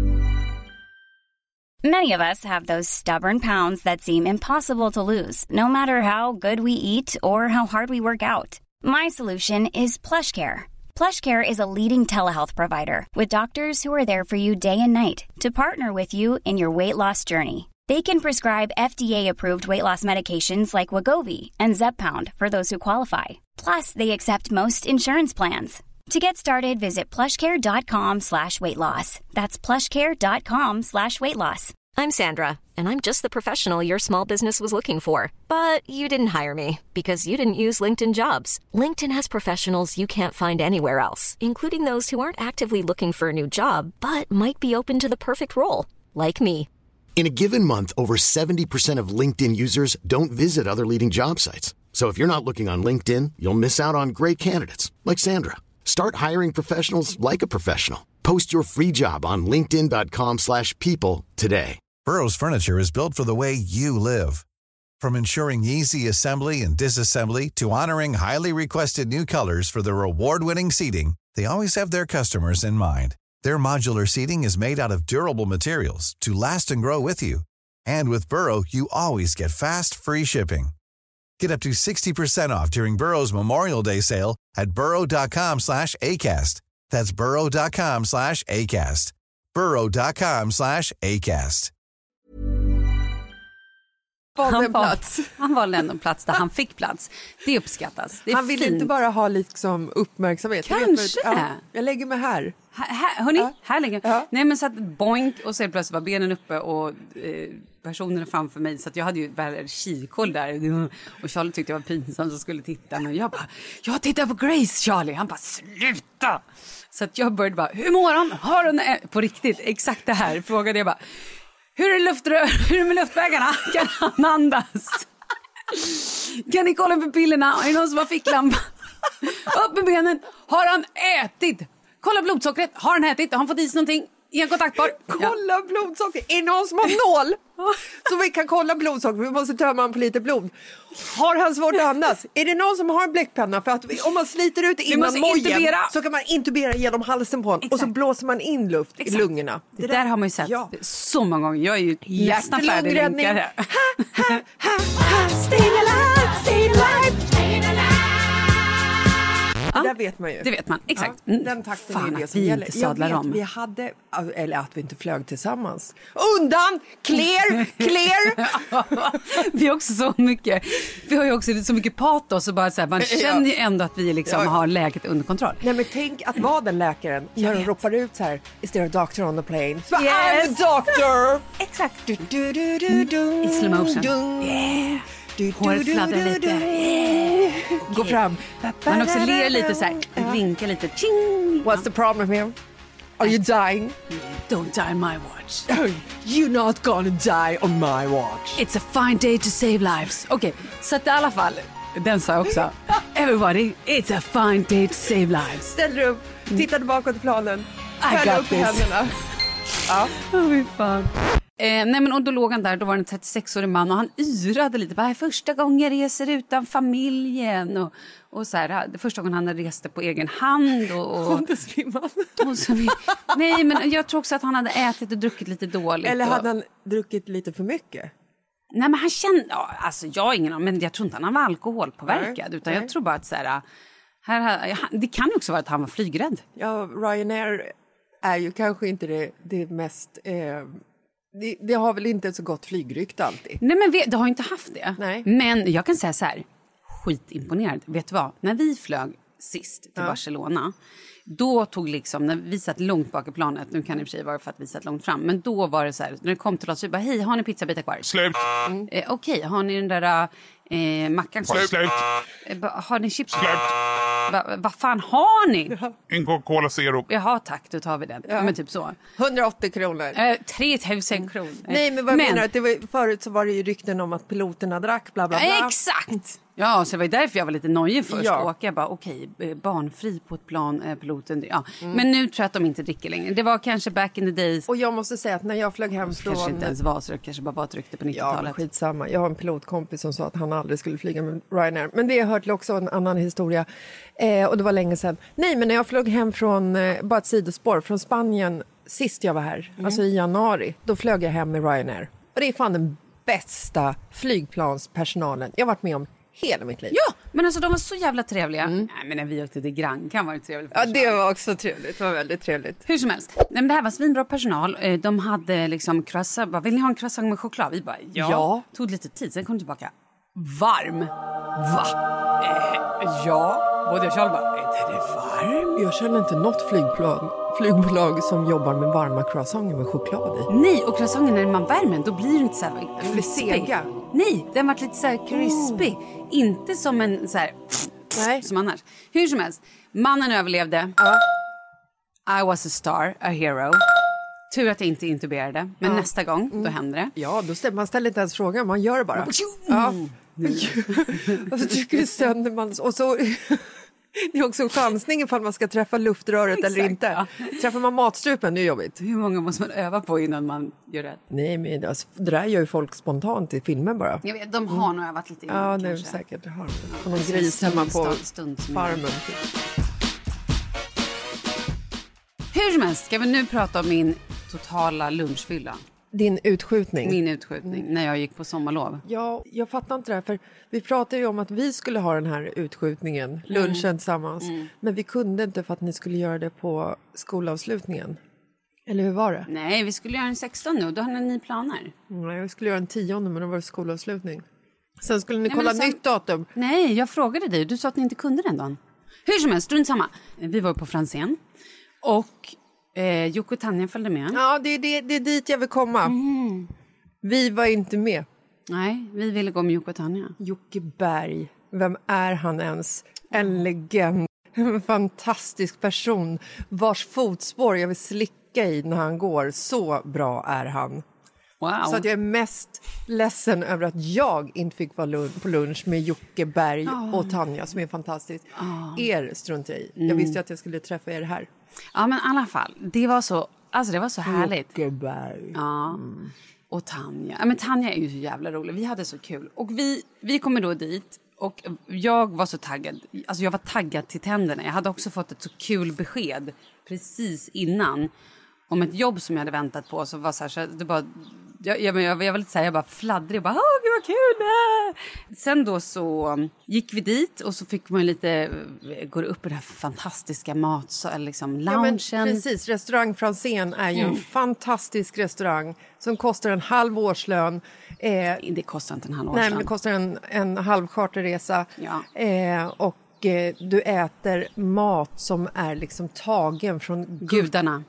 Many of us have those stubborn pounds that seem impossible to lose, no matter how good we eat or how hard we work out. My solution is PlushCare. PlushCare is a leading telehealth provider with doctors who are there for you day and night to partner with you in your weight loss journey. They can prescribe F D A-approved weight loss medications like Wegovy and Zepbound for those who qualify. Plus, they accept most insurance plans. To get started, visit plushcare.com slash weight loss. That's plushcare.com slash weight loss. I'm Sandra, and I'm just the professional your small business was looking for. But you didn't hire me because you didn't use LinkedIn Jobs. LinkedIn has professionals you can't find anywhere else, including those who aren't actively looking for a new job, but might be open to the perfect role, like me. In a given month, over seventy percent of LinkedIn users don't visit other leading job sites. So if you're not looking on LinkedIn, you'll miss out on great candidates like Sandra. Start hiring professionals like a professional. Post your free job on linkedin.com slash people today. Burrow's furniture is built for the way you live. From ensuring easy assembly and disassembly to honoring highly requested new colors for their award-winning seating, they always have their customers in mind. Their modular seating is made out of durable materials to last and grow with you. And with Burrow, you always get fast, free shipping. Get up to sixty percent off during Burrow's Memorial Day sale at burrow.com slash ACAST. That's burrow.com slash ACAST. burrow.com slash ACAST. Han, val, han valde ändå en plats där han fick plats. Det uppskattas. Det är han vill fint. inte bara ha liksom uppmärksamhet. Kanske. Jag, ja, jag lägger mig här. Här, här hörni, ja. här lägger jag. Ja. Nej, men så att boink och så plötsligt var benen uppe och eh, personerna framför mig. Så att jag hade ju väl kikål där. Och Charlie tyckte jag var pinsam så skulle titta. Men jag bara, jag tittar på Grace, Charlie. Han bara, sluta! Så att jag började bara, hur mår han? Har hon på riktigt exakt det här? Frågade jag bara. Hur är, luftrör, hur är det med luftvägarna? Kan han andas? Kan ni kolla på pillerna? Är det någon som har ficklampa? Upp med benen. Har han ätit? Kolla blodsockret. Har han ätit? Har han fått i sig någonting? Är han kontaktbar? Kolla ja. blodsockret. Är det någon som har nål? Så vi kan kolla blodsockret. Vi måste tömma han på lite blod. Har han svårt att andas? Är det någon som har en bläckpenna? För att om man sliter ut innan mojen så kan man intubera genom halsen på honom. Exakt. Och så blåser man in luft Exakt. i lungorna. Det, det där, där har man ju sett ja. så många gånger. Jag är ju nästan färdig länkare. Ha, ha, ha, ha. Stay alive, stay alive, stay alive. Ja, det vet man ju. Det vet man, exakt. Ja, den takten Fan, är det som vi gäller. inte sadlar jag vet, om. vi hade, eller att vi inte flög tillsammans. Undan! Clear! Clear! Vi har också så mycket, vi har ju också så mycket patos och bara så här, man känner ju ändå att vi liksom ja. har läget under kontroll. Nej, men tänk att vara den läkaren när de ropar ut så här, is there a doctor on the plane? Så yes. I'm the doctor! Exakt. Du, du, du, du, du, i slow motion. Du. Yeah. Håret fladdrar lite. Yeah. Gå fram. Man också ler lite så här, vinkar lite. Ching. What's the problem here? Are you dying? Don't die on my watch. You're not gonna die on my watch. It's a fine day to save lives. Okej, okay, så att i alla fall, den sa jag också. Everybody, it's a fine day to save lives. Ställ dig upp, tittade bakåt i planen. I got upp this. händerna. Ja. Oh, fan. Eh, nej men och då låg han där, då var det en trettiosex-årig man och han yrade lite. Bara, första gången jag reser utan familjen och, och så här, det första gången han reste på egen hand och, och, och, och så, nej men jag tror också att han hade ätit och druckit lite dåligt. Eller och, hade han druckit lite för mycket? Nej men han kände, ja, alltså jag har ingen aning, men jag tror inte han var alkoholpåverkad nej, utan nej. jag tror bara att så här, här, här, det kan ju också vara att han var flygrädd. Ja, Ryanair är ju kanske inte det, det mest... Eh, Det, det har väl inte ett så gott flygrykte alltid. Nej men vi, det har inte haft det. Nej. Men jag kan säga så här, skitimponerad. Vet du vad? När vi flög sist till ja. Barcelona, då tog liksom, när vi satt långt bak i planet, nu kan det i och för sig vara för att vi satt långt fram, men då var det så här, när det kom till oss, vi bara, hej, har ni pizzabitar kvar? Slut. Mm. Eh, Okej, okay, har ni den där eh, mackan kvar? Slut. Eh, har ni chips? Slut. Vad va fan har ni? En Coca-Cola Zero. Jaha, tack, då tar vi den. Ja. Men typ så. hundraåttio kronor. Eh, tre tusen kronor. Nej, men vad men... menar du? Det var, förut så var det ju rykten om att piloterna drack, bla bla bla. Eh, exakt! Ja, så det var därför jag var lite nojig först. Ja. Åka, jag bara, okej, okay, barnfri på ett plan, eh, piloten. Ja. Mm. Men nu tror jag att de inte dricker längre. Det var kanske back in the days. Och jag måste säga att när jag flög hem från... kanske inte ens var så, det kanske bara var ett rykte på nittiotalet. Ja, skitsamma. Jag har en pilotkompis som sa att han aldrig skulle flyga med Ryanair. Men det har hört också en annan historia. Eh, och det var länge sedan. Nej, men när jag flög hem från, eh, bara ett sidospår, från Spanien sist jag var här, mm. alltså i januari, då flög jag hem med Ryanair. Och det är fan den bästa flygplanspersonalen jag har varit med om hela mitt liv. Ja, men alltså de var så jävla trevliga. Mm. Nej, men när vi åkte till Gran kan vara trevligt. Ja, det var också trevligt. Det var väldigt trevligt. Hur som helst. Nej, men det här var svinbra personal. De hade liksom croissant. Bara, vill ni ha en croissant med choklad? Vi bara, ja. ja. Tog lite tid, sen kom de tillbaka. Varm. Va? Eh, ja. Både jag själv bara, är det varm? Jag känner inte något flygplan, flygbolag som jobbar med varma croissanter med choklad i. Nej, och croissanten när man värmer då blir det inte så här crispy. Nej, den var lite så här crispy. Oh. Inte som en så här... Nej. Som annars. Hur som helst. Mannen överlevde. Uh. I was a star, a hero. Tur att jag inte intuberade. Men uh. nästa gång, mm. då händer det. Ja, då ställer, man ställer inte ens frågan. Man gör det bara. Mm. Ja. Och så trycker det sönder man. Och så... Det är också en chansning ifall man ska träffa luftröret eller inte. Ja. Träffar man matstrupen, det är jobbigt. Hur många måste man öva på innan man gör det? Nej, men alltså, det där gör ju folk spontant i filmen bara. Jag vet, de har mm. nog övat lite innan. Ja, det är säkert. Det har de. Någon gris hemma på stund, farmen. Hur som helst, ska vi nu prata om min totala lunchfylla. Din utskjutning. Min utskjutning, mm. när jag gick på sommarlov. Ja, jag fattar inte det här, för vi pratade ju om att vi skulle ha den här utskjutningen, lunchen mm. tillsammans. Mm. Men vi kunde inte för att ni skulle göra det på skolavslutningen. Eller hur var det? Nej, vi skulle göra en sexton nu, då hade ni planer. Nej, vi skulle göra en tionde, men då var det skolavslutning. Sen skulle ni Nej, kolla sen... nytt datum. Nej, jag frågade dig, du sa att ni inte kunde den dagen. Hur som helst, strunt samma. Vi var på Franzén och... Eh, Jocke och Tanja följde med. Ja, det är, det, det är dit jag vill komma. Mm. Vi var inte med. Nej, vi ville gå med Jocke och Tanja. Jocke Berg, vem är han ens? En legend, en fantastisk person vars fotspår jag vill slicka i när han går. Så bra är han. Wow. Så att jag är mest ledsen över att jag inte fick vara lun- på lunch med Jocke Berg oh. och Tanja som är fantastiskt. Oh. Er struntar jag i. Mm. Jag visste att jag skulle träffa er här. Ja, men i alla fall, det var så, alltså det var så härligt. Jocke Berg. Ja, mm. och Tanja. Ja, men Tanja är ju så jävla rolig. Vi hade så kul. Och vi, vi kommer då dit och jag var så taggad. Alltså jag var taggad till tänderna. Jag hade också fått ett så kul besked precis innan om ett jobb som jag hade väntat på. Så var så här, så det bara... Jag, jag, jag, jag var lite så här, jag bara fladdrig och bara, åh gud vad kul det. Sen då så gick vi dit och så fick man lite, gå upp i den här fantastiska mat, så, liksom loungen. Ja, men precis, restaurang Franzén är ju mm. en fantastisk restaurang som kostar en halv årslön. Eh, det kostar inte en halv årslön. Nej, men det kostar en, en halv charterresa. Ja. Eh, och eh, du äter mat som är liksom tagen från gudarna.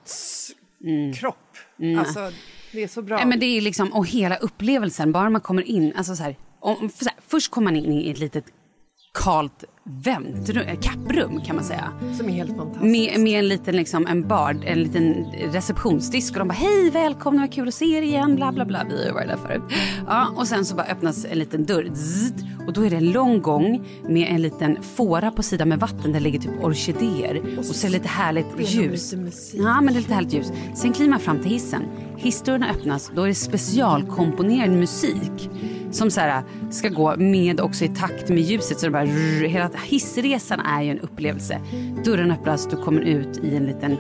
Mm. kropp. Mm. Alltså... Det är så bra. Ja, men det är liksom, och hela upplevelsen, bara man kommer in, alltså så här, om, för så här, först kommer man in i ett litet kalt väntrum, kapprum kan man säga. Som är helt fantastiskt. Med, med en liten liksom, en bar, en liten receptionsdisk och de bara, hej välkomna, vad kul att se er igen, bla bla bla, vi har varit där förut. Ja, och sen så bara öppnas en liten dörr, zzz, och då är det en lång gång med en liten fåra på sidan med vatten där ligger typ orkidéer och, och så är det lite härligt ljus. Ja, men det är lite härligt ljus. Sen kliver man fram till hissen. Hissdörrarna öppnas, då är det specialkomponerad musik som så här, ska gå med också i takt med ljuset. Så det bara, rrr, hela hissresan är ju en upplevelse. Dörren öppnas, du kommer ut i en liten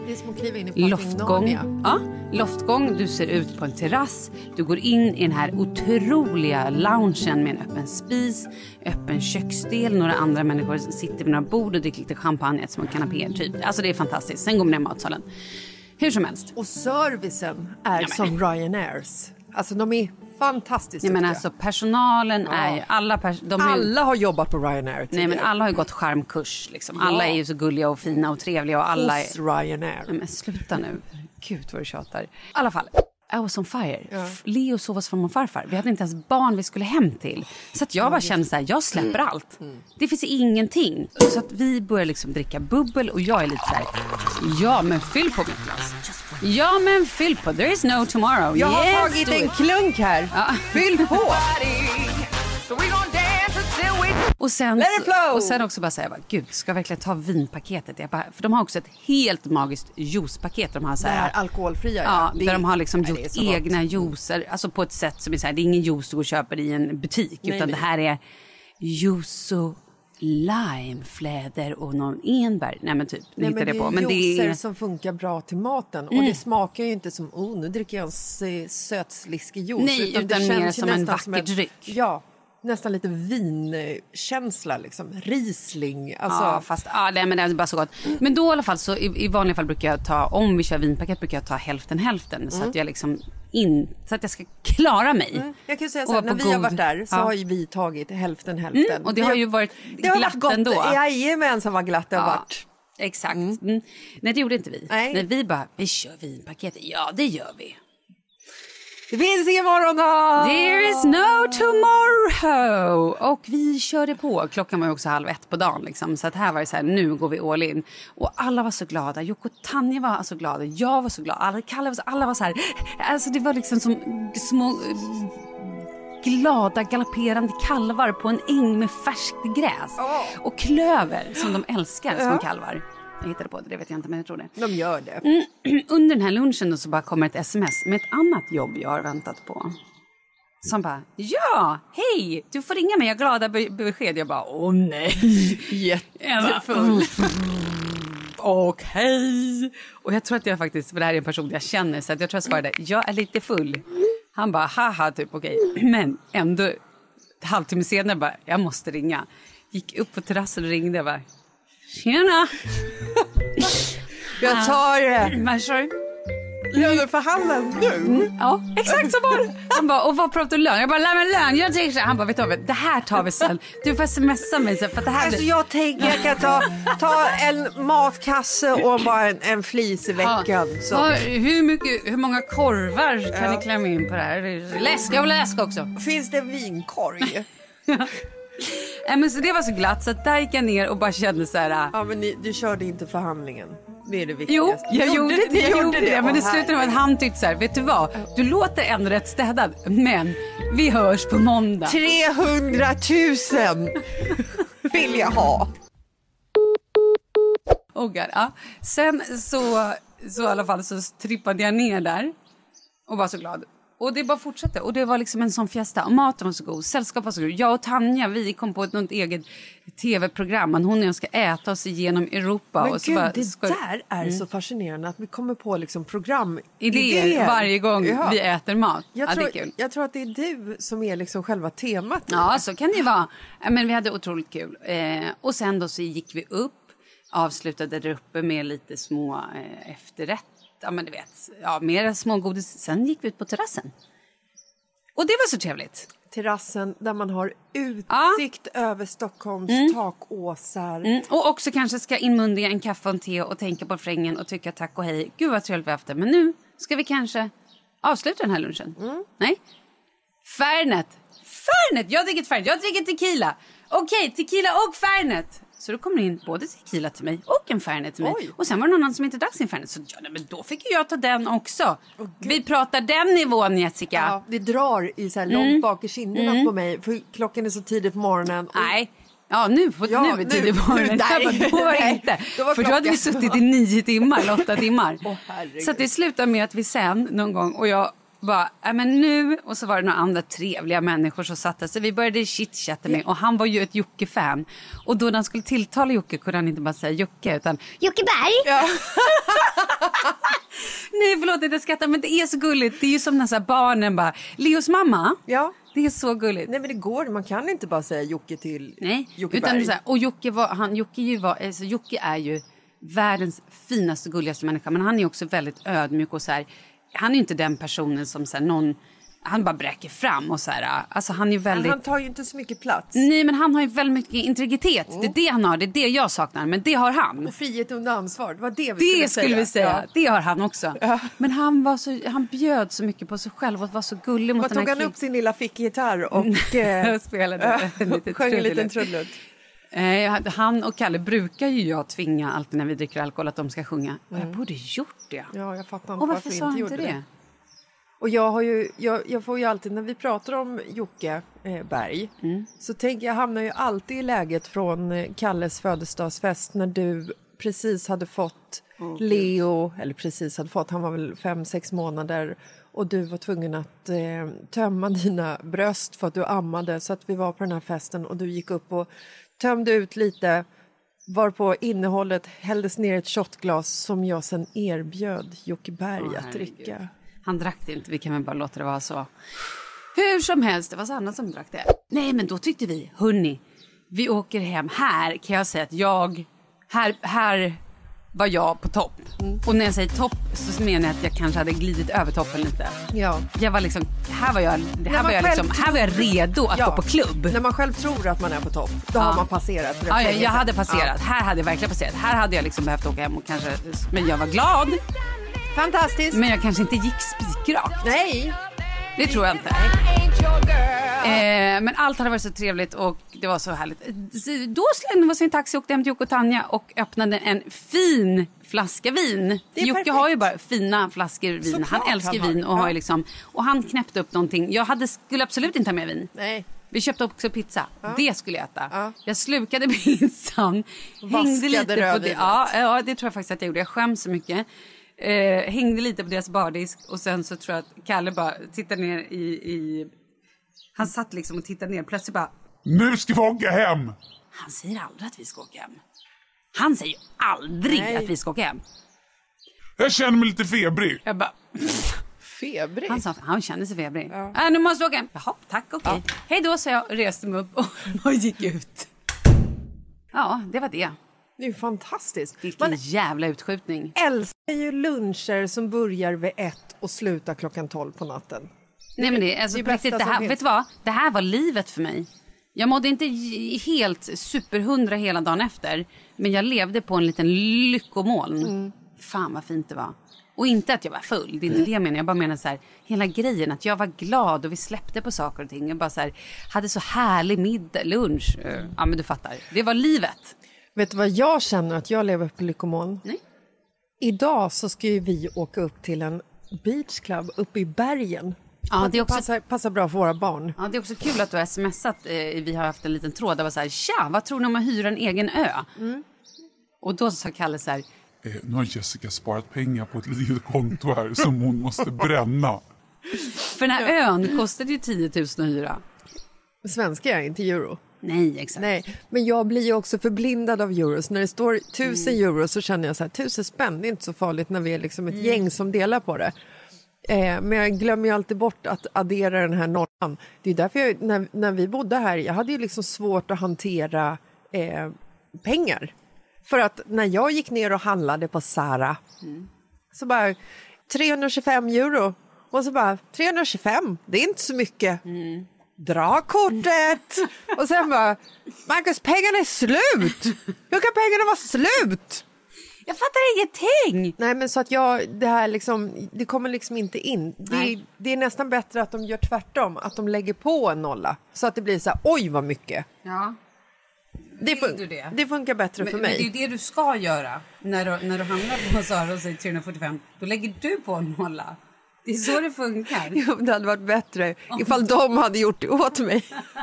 loftgång. Ja, loftgång, du ser ut på en terrass. Du går in i den här otroliga loungen med en öppen spis, öppen köksdel. Några andra människor sitter vid några bord och dricker lite champagne som en kanapé typ. Alltså det är fantastiskt. Sen går man ner i matsalen. Hur som helst. Och servicen är ja, som Ryanairs. Alltså de är fantastiskt Nej, men alltså personalen ja. är ju alla pers- de alla har jobbat på Ryanair tidigare. Nej, men alla har ju gått skärmkurs liksom. Ja. Alla är ju så gulliga och fina och trevliga och alla hos är... Ryanair. Nej, men sluta nu. Gud vad du tjatar. I alla fall. I was on fire. Ja. Leo sov hos farmor och farfar. Vi hade inte ens barn vi skulle hem till. Så att jag bara kände så här, jag släpper allt. Mm. Det finns ingenting. Så att vi börjar liksom dricka bubbel och jag är lite så här, ja men fyll på mitt glas. Ja men fyll på, there is no tomorrow. Jag har yes, tagit en klunk här. Ja. Fyll på. Och sen, och sen också bara säga, gud, ska jag verkligen ta vinpaketet? Jag bara, för de har också ett helt magiskt juicepaket. De har så här, det här alkoholfria. Ja, det, där de har liksom nej, gjort egna juicer. Alltså på ett sätt som är så här, det är ingen juice du köper i en butik. Nej, utan nej. Det här är juice och lime, fläder och någon enbär. Nej men typ, nej, men det på. Men det är juicer som funkar bra till maten. Mm. Och det smakar ju inte som, oh nu dricker jag en sötsliskig juice. Nej, utan, utan mer som en vacker som en, dryck. Ja. Nästan lite vinkänsla liksom, Riesling alltså. Ja fast ja, det, men det är bara så gott. Men då i alla fall så i, i vanliga fall brukar jag ta, om vi kör vinpaket brukar jag ta hälften hälften mm. så att jag liksom in, så att jag ska klara mig. Mm. Jag kan ju säga så här, när vi god, har varit där så ja. har ju vi tagit hälften hälften. Mm, och det har ju varit det har glatt varit ändå. Jajamensan vad glatt det har ja. varit. Exakt. Mm. Mm. Nej det gjorde inte vi. Nej. Nej, vi bara, vi kör vinpaket. Ja det gör vi. Det finns ingen morgondag! There is no tomorrow! Och vi körde på. Klockan var ju också halv ett på dagen. Liksom. Så att här var det så här, nu går vi all in. Och alla var så glada. Jocke och Tanja var så glada. Jag var så glad. Alla, Kalle var så, alla var så här. Alltså det var liksom som små glada galopperande kalvar på en äng med färskt gräs. Oh. Och klöver som de älskar som ja. kalvar. Jag hittade på det, det vet jag inte, men jag tror det. De gör det. Mm. Under den här lunchen då så bara kommer ett sms med ett annat jobb jag har väntat på. Som bara, ja, hej, du får ringa mig, jag har glada be- besked. Jag bara, åh nej. Jättefull. Okej. Och jag tror att jag faktiskt, för det här är en person jag känner, så att jag tror jag svarade, jag är lite full. Han bara, haha, typ okej. Men ändå, halvtimme senare bara, jag måste ringa. Gick upp på terrassen och ringde och bara, tjena! Jag tar det. Vad sa du? Löneförhandlaren nu? Mm, ja, exakt så var det. Han bara, och vad pratar du lön? Jag bara, lämna lön. Jag tänker, han bara, vet du, det här tar vi sen. Du får smsa mig sen, för att det här alltså jag tänker jag kan ta, ta en matkasse och bara en, en flis i veckan. Ja. Så. Ja, hur, mycket, hur många korvar kan ja. ni klämma in på det här? Läsk, jag vill läska också. Finns det en vinkorg? Ja. Nej, men så det var så glatt så att där gick jag ner och bara kände så här. Ja men ni, du körde inte förhandlingen. Det är det viktigaste. Jo, jag gjorde, gjorde det, jag gjorde det, det. Men det oh, slutade med att han tyckte så här, vet du vad? Du låter ändå rätt städad, men vi hörs på måndag. trehundratusen vill jag ha. Oh God, ja. Sen så, så i alla fall så trippade jag ner där och var så glad. Och det bara fortsatte. Och det var liksom en sån fiesta. Och maten var så god. Sällskap var så god. Jag och Tanja, vi kom på ett något eget tv-program. Men hon och jag ska äta oss igenom Europa. Men och så gud, bara, det ska... där är mm. så fascinerande. Att vi kommer på liksom program. Idéer, idéer. Varje gång ja. vi äter mat. Jag, ja, tror, det är kul. jag tror att det är du som är liksom själva temat. Ja, så kan det vara. Men vi hade otroligt kul. Eh, och sen då så gick vi upp. Avslutade där uppe med lite små eh, efterrätt. Ja, men du vet. Ja, mer smågodis. Sen gick vi ut på terrassen. Och det var så trevligt. Terrassen där man har utsikt ja. över Stockholms mm. takåsar. Mm. Och också kanske ska inmundiga en kaffe och en te och tänka på frängen och tycka tack och hej. Gud vad trevligt vi har haft det. Men nu ska vi kanske avsluta den här lunchen. Mm. Nej? Fernet. Fernet! Jag dricker Fernet. Jag dricker tequila. Okej, tequila och Fernet. Så då kommer det in både tequila till mig och en Fernet till mig. Oj. Och sen var det någon annan som inte drack sin Fernet. Så ja, men då fick jag ta den också. Oh, vi pratar den nivån, Jessica. Ja, det drar i så här långt mm. bak i kinderna mm. på mig. För klockan är så tidigt på morgonen. Och... Nej, ja nu, ja, nu är det tidigt på morgonen. Då var det inte. Då var för då hade vi suttit i nio timmar, eller åtta timmar. Oh, så att det slutade med att vi sen någon gång, och jag... bara, äh, men nu, och så var det några andra trevliga människor som satt där, så vi började chitchatta med, och han var ju ett Jocke-fan, och då när han skulle tilltala Jocke kunde han inte bara säga Jocke utan Jocke Berg. Ja. Nej, förlåt att jag skrattar, men det är så gulligt. Det är ju som när så här barnen bara, Leos mamma. Ja. Det är så gulligt. Nej, men det går, man kan inte bara säga Jocke till Nej, Jocke utan Berg. Så här, och Jocke var, han, Jocke ju var, alltså Jocke är ju världens finaste och gulligaste människa, men han är också väldigt ödmjuk och så här. Han är ju inte den personen som så här, någon Han bara bräcker fram och så här, alltså han är väldigt... Han tar ju inte så mycket plats. Nej, men han har ju väldigt mycket integritet. Mm. Det är det han har, det är det jag saknar, men det har han. Och frihet under ansvar, det var det vi det skulle, skulle säga. vi säga. Ja. Det har han också. Ja. Men han var så, han bjöd så mycket på sig själv och var så gullig mot Vad den här tog han kid- upp sin lilla fickgitarr och eh, spelade en liten sjöng en liten trudelutt. Eh, han och Kalle brukar ju jag tvinga alltid när vi dricker alkohol att de ska sjunga. Och jag borde gjort det. Ja, jag fattar inte och varför, varför sa inte inte gjorde det? det. Och jag, har ju, jag, jag får ju alltid, när vi pratar om Jocke eh, Berg, mm. så tänker jag hamnar ju alltid i läget från eh, Kalles födelsedagsfest när du precis hade fått oh, Leo, eller precis hade fått, han var väl fem, sex månader och du var tvungen att eh, tömma dina bröst för att du ammade, så att vi var på den här festen och du gick upp och tömde ut lite, varpå innehållet hälldes ner ett shotglas som jag sen erbjöd Jocke Berg oh, att dricka. Han drack det inte, vi kan väl bara låta det vara så. Hur som helst, det var Sanna som drack det. Nej, men då tyckte vi, hörni, vi åker hem. Här kan jag säga att jag, här, här var jag på topp. Mm. Och när jag säger topp så menar jag att jag kanske hade glidit över toppen lite. Ja. Jag var liksom, här var jag, här var jag, liksom, här var jag redo att ja. gå på klubb. När man själv tror att man är på topp, då ja. har man passerat. Ja, jag, jag hade passerat, ja. här hade jag verkligen passerat. Här hade jag liksom behövt åka hem och kanske, men jag var glad. Fantastiskt. Men jag kanske inte gick spikrakt. Nej. Det tror jag inte. Eh, men allt hade varit så trevligt och det var så härligt. Då slängde vi oss i en taxi och åkte hem till Jocke och Tanja och öppnade en fin flaska vin. Jocke perfekt. Har ju bara fina flaskor vin. Så han älskar han vin och, ja. har ju liksom, och han knäppte upp någonting. Jag hade, skulle absolut inte ha med vin. Nej. Vi köpte också pizza. Ja. Det skulle jag äta. Ja. Jag slukade pizzan. Hängde lite på det. Ja, ja, det tror jag faktiskt att jag gjorde. Jag skäms så mycket. Eh, hängde lite på deras bardisk och sen så tror jag att Kalle bara tittade ner i, i han satt liksom och tittade ner plötsligt bara, nu ska vi åka hem. Han säger aldrig att vi ska åka hem. Han säger aldrig Nej. att vi ska åka hem. Jag känner mig lite febrig. Jag bara febrig. Han sa han kände sig febrig. Ja. Äh, nu måste vi åka hem. Jaha, tack, okej. Okay. Ja. Hej då, så jag reste mig upp och, och gick ut. Ja, det var det. Det är ju fantastiskt. Vilken Man jävla utskjutning. Älskar ju luncher som börjar vid ett och slutar klockan tolv på natten. Nej, men det, alltså, det, riktigt, det, här, vet du vad? Det här var livet för mig. Jag mådde inte helt superhundra hela dagen efter. Men jag levde på en liten lyckomoln. Mm. Fan vad fint det var. Och inte att jag var full, det är inte det jag menar. Jag bara menar så här, hela grejen att jag var glad och vi släppte på saker och ting. Jag bara så här, hade så härlig middag, lunch. Ja, men du fattar. Det var livet. Vet du vad jag känner att jag lever på lyckomoln? Nej. Idag så ska ju vi åka upp till en beachclub uppe i bergen. Ja, det är också... passar, passar bra för våra barn. Ja, det är också kul att du har smsat. Eh, vi har haft en liten tråd där var så här, tja, vad tror ni om att hyra en egen ö? Mm. Och då sa Kalle så här, eh, nu har Jessica sparat pengar på ett litet konto här som hon måste bränna. För den här ön kostade ju tio tusen att hyra. Svenska är inte euro. Nej, exakt. Nej, men jag blir ju också förblindad av euros. När det står tusen mm. euro så känner jag så här, tusen spänn, det är inte så farligt när vi är liksom ett mm. gäng som delar på det. Eh, men jag glömmer ju alltid bort att addera den här nollan. Det är därför jag, när, när vi bodde här, jag hade ju liksom svårt att hantera eh, pengar. För att när jag gick ner och handlade på Zara mm. så bara trehundratjugofem euro. Och så bara trehundratjugofem, det är inte så mycket. Mm. Dra kortet! Och sen bara, Marcus, pengarna är slut! Hur kan pengarna vara slut? Jag fattar ingenting! Nej, men så att jag, det här liksom, det kommer liksom inte in. Det är, det är nästan bättre att de gör tvärtom, att de lägger på en nolla. Så att det blir så här, oj vad mycket. Ja. Det, fun- det? det funkar bättre men, för mig. Men det är ju det du ska göra när du, när du handlar på Zara och säger trehundrafyrtiofem. Då lägger du på en nolla. Det är så det funkar. Jo, det hade varit bättre ifall de hade gjort det åt mig.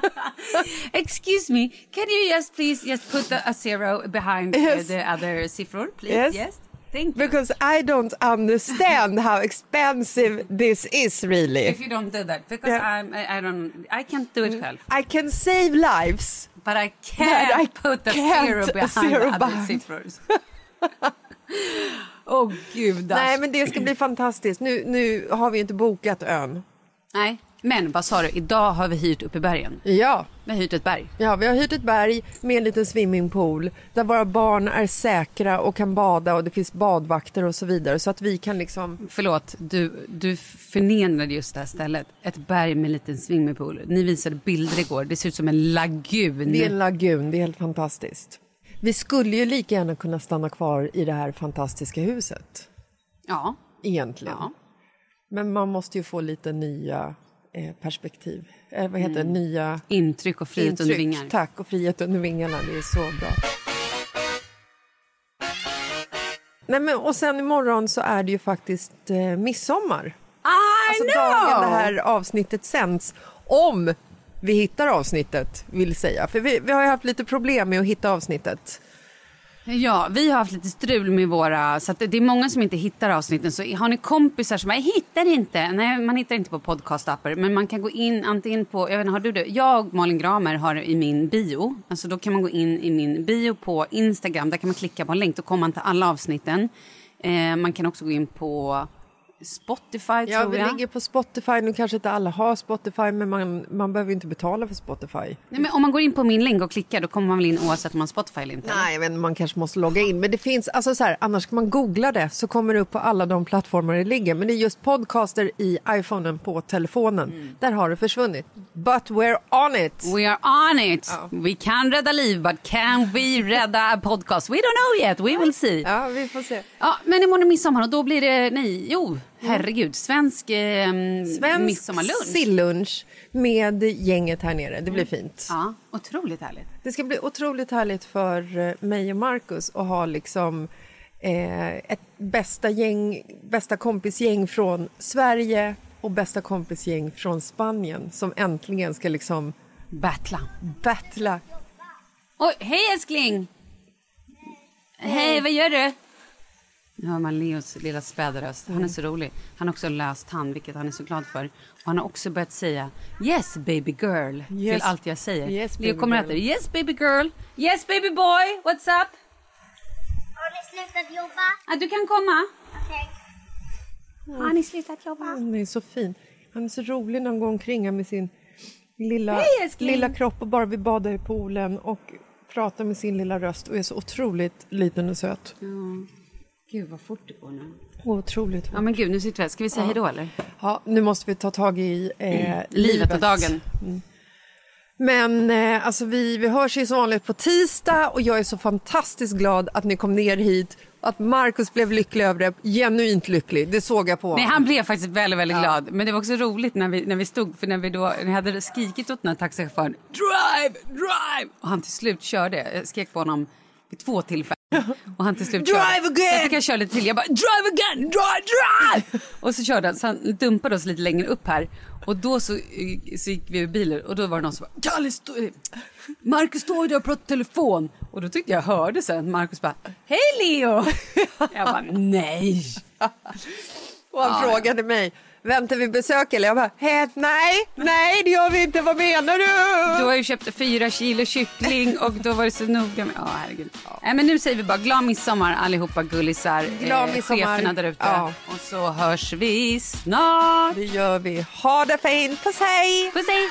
Excuse me, can you just please just put a, a zero behind yes. the other siffror, please? Yes. Yes. Thank you. Because I don't understand how expensive this is really. If you don't do that, because yeah. I'm, I, I don't, I can't do it själv. I can save lives, but I can't I put a can't zero behind zero the other behind. siffrors. Åh oh, gud. Nej, men det ska bli fantastiskt. Nu, nu har vi inte bokat ön. Nej. Men vad sa du, idag har vi hyrt upp i bergen. Ja. Vi har hyrt ett berg. Ja, vi har hyrt ett berg med en liten swimmingpool där våra barn är säkra och kan bada och det finns badvakter och så vidare så att vi kan liksom... Förlåt, du, du förnenade just det här stället. Ett berg med en liten swimmingpool. Ni visade bilder igår, det ser ut som en lagun. Det är en lagun, det är helt fantastiskt. Vi skulle ju lika gärna kunna stanna kvar i det här fantastiska huset. Ja. Egentligen. Ja. Men man måste ju få lite nya eh, perspektiv. Eh, vad heter mm. det? Nya... Intryck och frihet Intryck, under vingar. Tack, och frihet under vingarna. Det är så bra. Nej, men, och sen imorgon så är det ju faktiskt eh, midsommar. I alltså know! Dagen det här avsnittet sänds. Om vi hittar avsnittet, vill säga. För vi, vi har ju haft lite problem med att hitta avsnittet. Ja, vi har haft lite strul med våra, så att det är många som inte hittar avsnitten. Så har ni kompisar som jag hittar inte, nej man hittar inte på podcastappar, men man kan gå in antingen på, jag vet inte, har du det? Jag, Malin Gramer, har i min bio, alltså då kan man gå in i min bio på Instagram, där kan man klicka på en länk, då kommer man till alla avsnitten. Eh, man kan också gå in på Spotify, ja, tror jag. Ja, vi ligger på Spotify. Nu kanske inte alla har Spotify, men man, man behöver inte betala för Spotify. Nej, men om man går in på min länk och klickar, då kommer man väl in oavsett om man har Spotify eller inte? Nej, men man kanske måste logga in. Men det finns, alltså så här, annars kan man googla det så kommer det upp på alla de plattformar det ligger. Men det är just podcaster i iPhonen på telefonen. Mm. Där har det försvunnit. But we're on it. We are on it. Ja. We can rädda liv, but can we rädda a podcast? We don't know yet, we will see. Ja, vi får se. Ja, men imorgon är midsommar och då blir det, nej, jo... Herregud, svensk, eh, svensk midsommarlunch. Sillunch med gänget här nere. Det blir fint. Ja, otroligt härligt. Det ska bli otroligt härligt för mig och Marcus att ha liksom eh, ett bästa gäng, bästa kompisgäng från Sverige och bästa kompisgäng från Spanien som äntligen ska liksom battla. Battla. Oj, hej älskling! Hej, hey, vad gör du? Nu hör man Leos lilla spädröst. Han är så rolig. Han har också löst hand, vilket han är så glad för. Och han har också börjat säga yes baby girl yes. till allt jag säger. Yes, Leo kommer att säga yes baby girl, yes baby boy, what's up? Har ni slutat jobba? Ah, du kan komma. Okej. Okay. Har ni slutat jobba? Han är så fin. Han är så rolig när han går omkring med sin lilla, hey, lilla kropp och bara vill bada i poolen och prata med sin lilla röst och är så otroligt liten och söt. Mm. Gud, vad fort det går nu. Otroligt fort. Ja, men gud, nu sitter vi. Ska vi säga ja. hej då, eller? Ja, nu måste vi ta tag i eh, mm. livet. livet och dagen. Mm. Men eh, alltså vi, vi hörs ju som vanligt på tisdag och jag är så fantastiskt glad att ni kom ner hit. Att Marcus blev lycklig över det. Genuint lycklig, det såg jag på. Nej, han blev faktiskt väldigt, väldigt ja. glad. Men det var också roligt när vi, när vi stod, för när vi då när vi hade skrikit åt den här taxichauffören, drive, drive! Och han till slut körde. Jag skrek på honom vid två tillfällen. Och han till slut drive körde. again! Jag fick jag köra lite till. Jag bara, drive again, drive, drive! Och så körde han, så han dumpade oss lite längre upp här. Och då så, så gick vi i bilen. Och då var det någon som bara, Kalle, stå, Marcus står ju där och pratar telefon. Och då tyckte jag hörde sen Marcus bara, hej Leo! Jag bara, nej! Och han ja, frågade ja. mig, väntar vi besök eller? Jag bara, hej, nej, nej det gör vi inte, vad menar du? Du har ju köpt fyra kilo kyckling och då var det så noga med, ja herregud. Ja. Nej, men nu säger vi bara glad midsommar allihopa gullisar, glad midsommar. Eh, cheferna där ute. Ja. Och så hörs vi snart. Det gör vi, ha det fint, puss hej! Puss hej!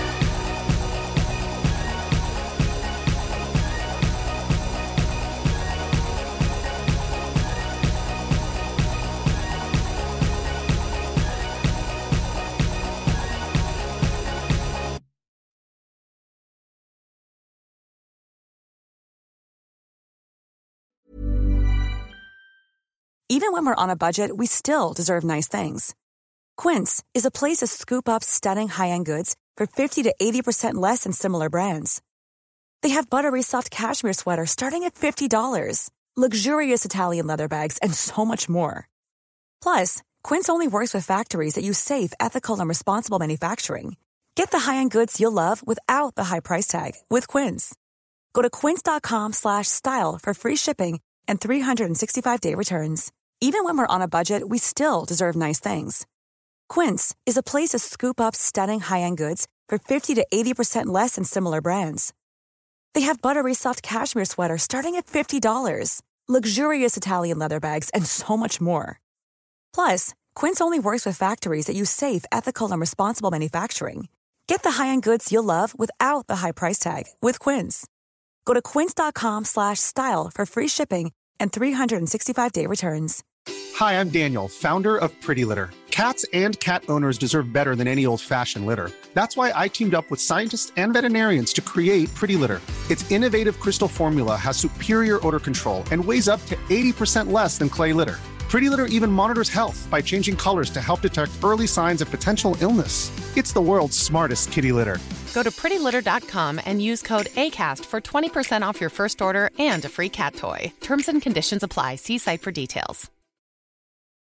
Even when we're on a budget, we still deserve nice things. Quince is a place to scoop up stunning high-end goods for fifty to eighty percent less than similar brands. They have buttery soft cashmere sweaters starting at fifty dollars, luxurious Italian leather bags, and so much more. Plus, Quince only works with factories that use safe, ethical, and responsible manufacturing. Get the high-end goods you'll love without the high price tag with Quince. Go to quince.com slash style for free shipping and three sixty-five day returns. Even when we're on a budget, we still deserve nice things. Quince is a place to scoop up stunning high-end goods for fifty to eighty percent less than similar brands. They have buttery soft cashmere sweaters starting at fifty dollars, luxurious Italian leather bags, and so much more. Plus, Quince only works with factories that use safe, ethical, and responsible manufacturing. Get the high-end goods you'll love without the high price tag with Quince. Go to quince.com slash style for free shipping and three sixty-five day returns. Hi, I'm Daniel, founder of Pretty Litter. Cats and cat owners deserve better than any old-fashioned litter. That's why I teamed up with scientists and veterinarians to create Pretty Litter. Its innovative crystal formula has superior odor control and weighs up to eighty percent less than clay litter. Pretty Litter even monitors health by changing colors to help detect early signs of potential illness. It's the world's smartest kitty litter. Go to pretty litter dot com and use code ACAST for twenty percent off your first order and a free cat toy. Terms and conditions apply. See site for details.